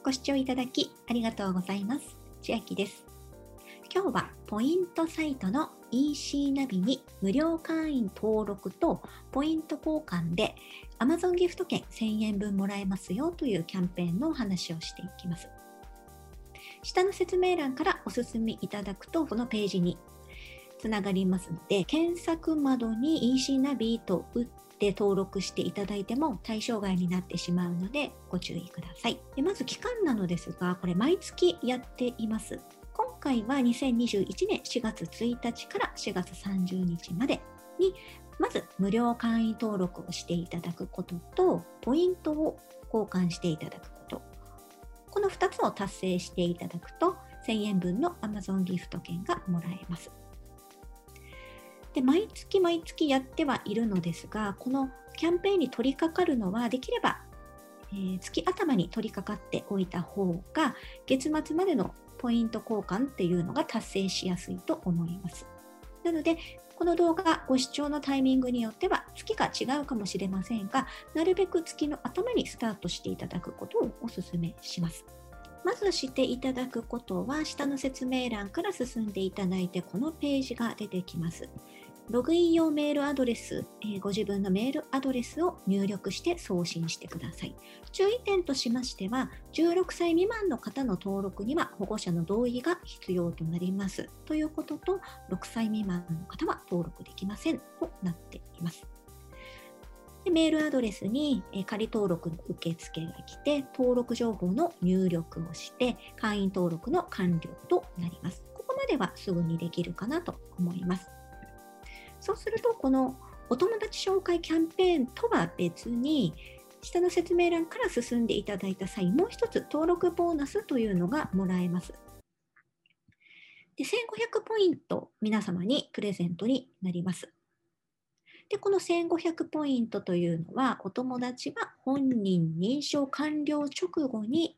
ご視聴いただきありがとうございます。千秋です。今日はポイントサイトの EC ナビに無料会員登録とポイント交換で Amazon ギフト券1000円分もらえますよというキャンペーンのお話をしていきます。下の説明欄からお進みいただくとこのページにつながりますので、検索窓に EC ナビと打って登録していただいても対象外になってしまうのでご注意ください。でまず期間なのですが、これ毎月やっています。今回は2021年4月1日から4月30日までにまず無料会員登録をしていただくこととポイントを交換していただくこと、この2つを達成していただくと1000円分の Amazon ギフト券がもらえます。で毎月やってはいるのですが、このキャンペーンに取り掛かるのはできれば、月頭に取り掛かっておいた方が月末までのポイント交換っていうのが達成しやすいと思います。なのでこの動画ご視聴のタイミングによっては月が違うかもしれませんが、なるべく月の頭にスタートしていただくことをお勧めします。まずしていただくことは下の説明欄から進んでいただいてこのページが出てきます。ログイン用メールアドレス、ご自分のメールアドレスを入力して送信してください。注意点としましては、16歳未満の方の登録には保護者の同意が必要となりますということと、6歳未満の方は登録できませんとなっています。でメールアドレスに仮登録の受付が来て、登録情報の入力をして会員登録の完了となります。ここまではすぐにできるかなと思います。そうするとこのお友達紹介キャンペーンとは別に下の説明欄から進んでいただいた際、もう一つ登録ボーナスというのがもらえます。で1500ポイント皆様にプレゼントになります。でこの1500ポイントというのはお友達が本人認証完了直後に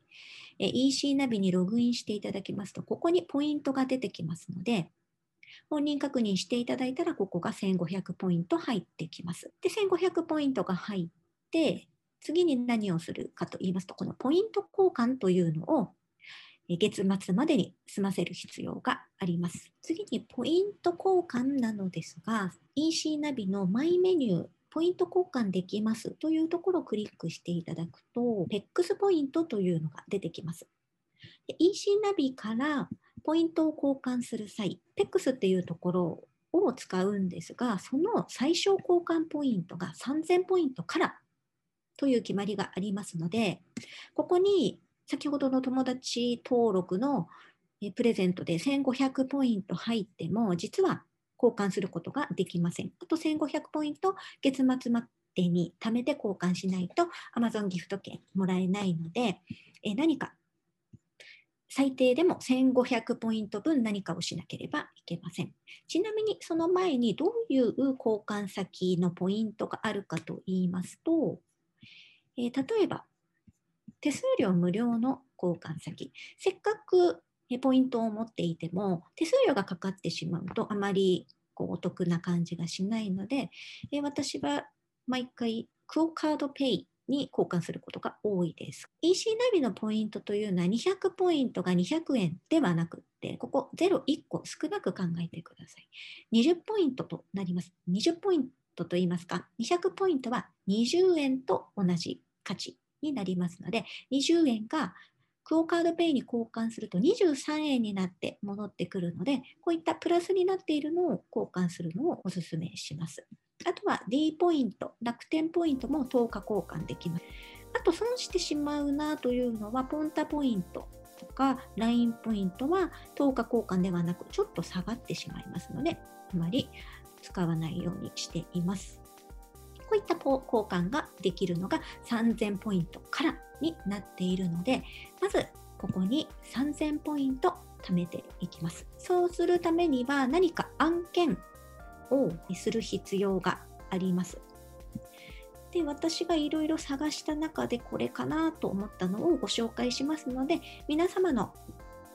EC ナビにログインしていただきますと、ここにポイントが出てきますので、本人確認していただいたらここが1500ポイント入ってきます。で1500ポイントが入って次に何をするかと言いますと、このポイント交換というのを月末までに済ませる必要があります。次にポイント交換なのですが、 EC ナビのマイメニューポイント交換できますというところをクリックしていただくと PEX ポイントというのが出てきます。で EC ナビからポイントを交換する際、PEX っていうところを使うんですが、その最小交換ポイントが3000ポイントからという決まりがありますので、ここに先ほどの友達登録のプレゼントで1500ポイント入っても実は交換することができません。あと1500ポイント月末までに貯めて交換しないと Amazon ギフト券もらえないので、何か最低でも1500ポイント分何かをしなければいけません。ちなみにその前にどういう交換先のポイントがあるかと言いますと、例えば手数料無料の交換先、せっかくポイントを持っていても手数料がかかってしまうとあまりお得な感じがしないので、私は毎回クオカードペイに交換することが多いです。EC ナビのポイントというのは200ポイントが200円ではなくって、ここ0、1個少なく考えてください。20ポイントとなります。20ポイントと言いますか、200ポイントは20円と同じ価値になりますので、20円がクオカードペイに交換すると23円になって戻ってくるので、こういったプラスになっているのを交換するのをお勧めします。あとは D ポイント、楽天ポイントも10日交換できます。あと損してしまうなというのはポンタポイントとか LINE ポイントは10日交換ではなくちょっと下がってしまいますので、あまり使わないようにしています。こういった交換ができるのが3000ポイントからになっているので、まずここに3000ポイント貯めていきます。そうするためには何か案件をする必要があります。で、私がいろいろ探した中でこれかなと思ったのをご紹介しますので、皆様の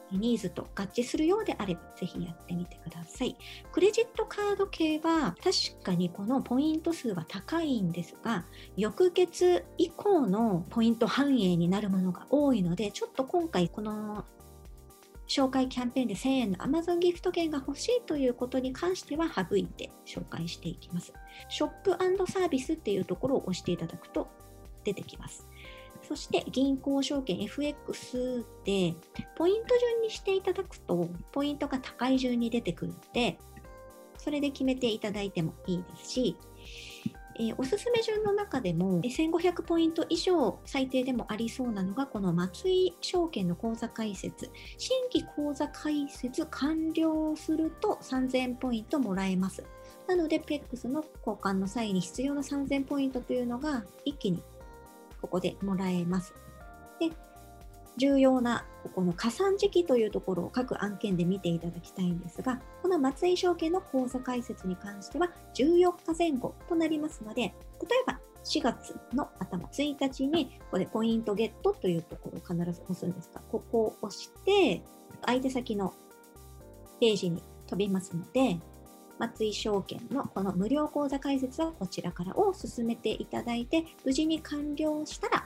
ニーズと合致するようであればぜひやってみてください。クレジットカード系は確かにこのポイント数は高いんですが、翌月以降のポイント反映になるものが多いので、ちょっと今回この紹介キャンペーンで1000円の Amazon ギフト券が欲しいということに関しては省いて紹介していきます。ショップ&サービスっていうところを押していただくと出てきます。そして銀行証券 FX でポイント順にしていただくとポイントが高い順に出てくるので、それで決めていただいてもいいですし、おすすめ順の中でも1500ポイント以上最低でもありそうなのがこの松井証券の口座開設、新規口座開設完了すると3000ポイントもらえます。なので PEX の交換の際に必要な3000ポイントというのが一気にここでもらえます。で、重要なここの加算時期というところを各案件で見ていただきたいんですが、この松井証券の口座開設に関しては14日前後となりますので、例えば4月の頭1日にここでポイントゲットというところを必ず押すんですが、ここを押して相手先のページに飛びますので、松井証券のこの無料口座開設はこちらからを進めていただいて、無事に完了したら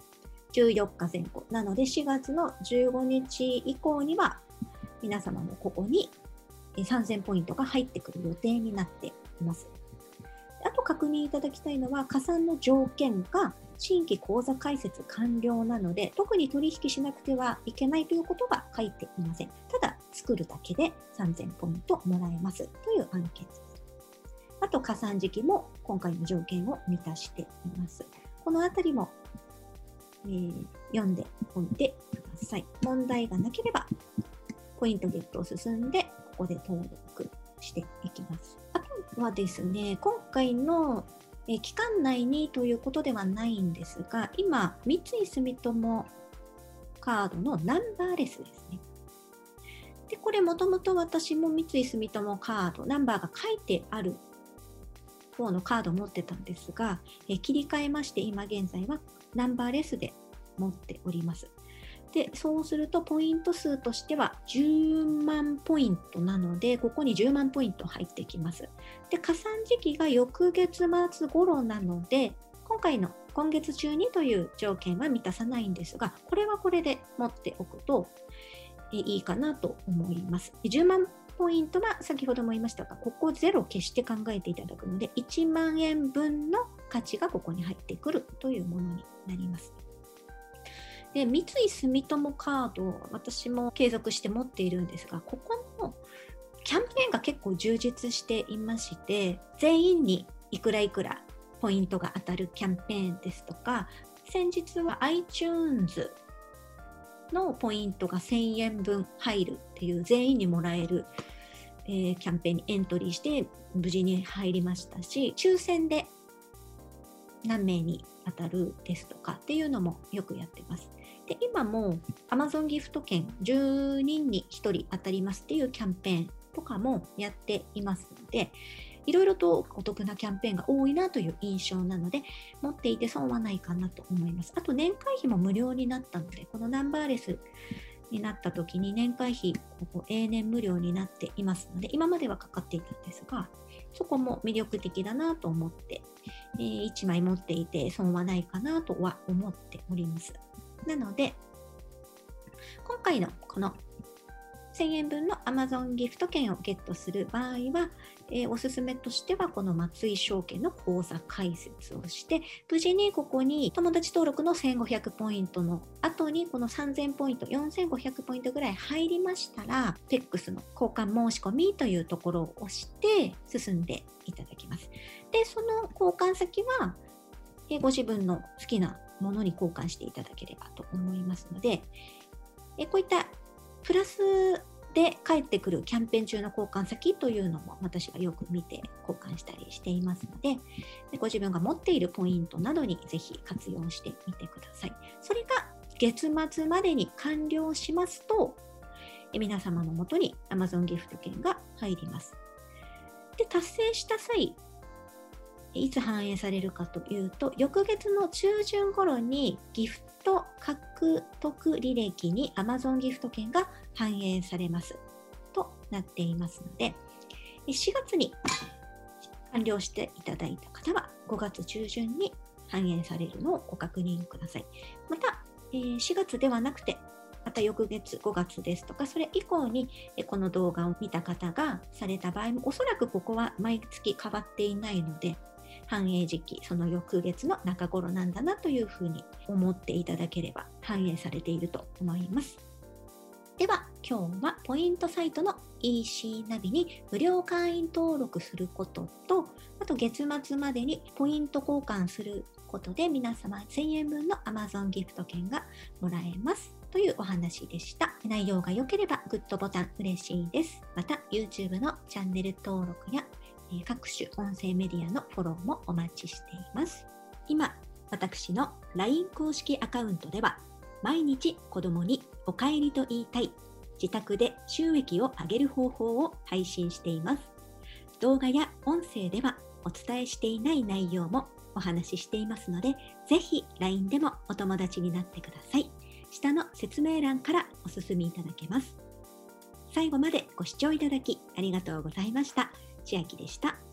14日前後なので4月の15日以降には皆様もここに3000ポイントが入ってくる予定になっています。あと確認いただきたいのは加算の条件が新規口座開設完了なので特に取引しなくてはいけないということが書いていません。ただ作るだけで3000ポイントもらえますという案件です。あと加算時期も今回の条件を満たしています。このあたりも読んでおいてください。問題がなければポイントゲットを進んでここで登録していきます。あとはですね、今回の期間内にということではないんですが、今三井住友カードのナンバーレスですね。で、これもともと私も三井住友カードナンバーが書いてある方のカードを持ってたんですが、切り替えまして今現在はナンバーレスで持っております。で、そうするとポイント数としては10万ポイントなので、ここに10万ポイント入ってきます。で、加算時期が翌月末頃なので、今回の今月中にという条件は満たさないんですが、これはこれで持っておくといいかなと思います。10万ポイントは先ほども言いましたが、ここゼロ消して考えていただくので、1万円分の価値がここに入ってくるというものになります。で、三井住友カード、私も継続して持っているんですが、ここのキャンペーンが結構充実していまして、全員にいくらいくらポイントが当たるキャンペーンですとか、先日は iTunes のポイントが1000円分入るっていう全員にもらえる、キャンペーンにエントリーして無事に入りましたし、抽選で何名に当たるですとかっていうのもよくやってます。で、今も Amazon ギフト券10人に1人当たりますっていうキャンペーンとかもやっていますので、いろいろとお得なキャンペーンが多いなという印象なので、持っていて損はないかなと思います。あと年会費も無料になったので、このナンバーレスになった時に年会費ここ永年無料になっていますので、今まではかかっていたんですが、そこも魅力的だなと思って、1枚持っていて損はないかなとは思っております。なので、今回のこの1000円分の Amazon ギフト券をゲットする場合は、おすすめとしてはこの松井証券の口座開設をして、無事にここに友達登録の1500ポイントの後にこの3000ポイント、4500ポイントぐらい入りましたら、PEX の交換申し込みというところを押して進んでいただきます。で、その交換先は、ご自分の好きなものに交換していただければと思いますので、こういったプラスで返ってくるキャンペーン中の交換先というのも私がよく見て交換したりしていますので、ご自分が持っているポイントなどにぜひ活用してみてください。それが月末までに完了しますと、皆様のもとに Amazon ギフト券が入ります。で、達成した際、 いつ反映されるかというと、翌月の中旬頃にギフト獲得履歴に Amazon ギフト券が反映されますとなっていますので、4月に完了していただいた方は5月中旬に反映されるのをご確認ください。また、4月ではなくて、また翌月5月ですとか、それ以降にこの動画を見た方がされた場合も、おそらくここは毎月変わっていないので、反映時期、その翌月の中頃なんだなというふうに思っていただければ反映されていると思います。では、今日はポイントサイトの EC ナビに無料会員登録することと、あと月末までにポイント交換することで皆様1000円分の Amazon ギフト券がもらえますというお話でした。内容が良ければグッドボタン嬉しいです。また YouTube のチャンネル登録や各種音声メディアのフォローもお待ちしています。今、私の LINE 公式アカウントでは毎日子供におかえりと言いたい、自宅で収益を上げる方法を配信しています。動画や音声ではお伝えしていない内容もお話ししていますので、ぜひ LINE でもお友達になってください。下の説明欄からお進みいただけます。最後までご視聴いただきありがとうございました。千秋でした。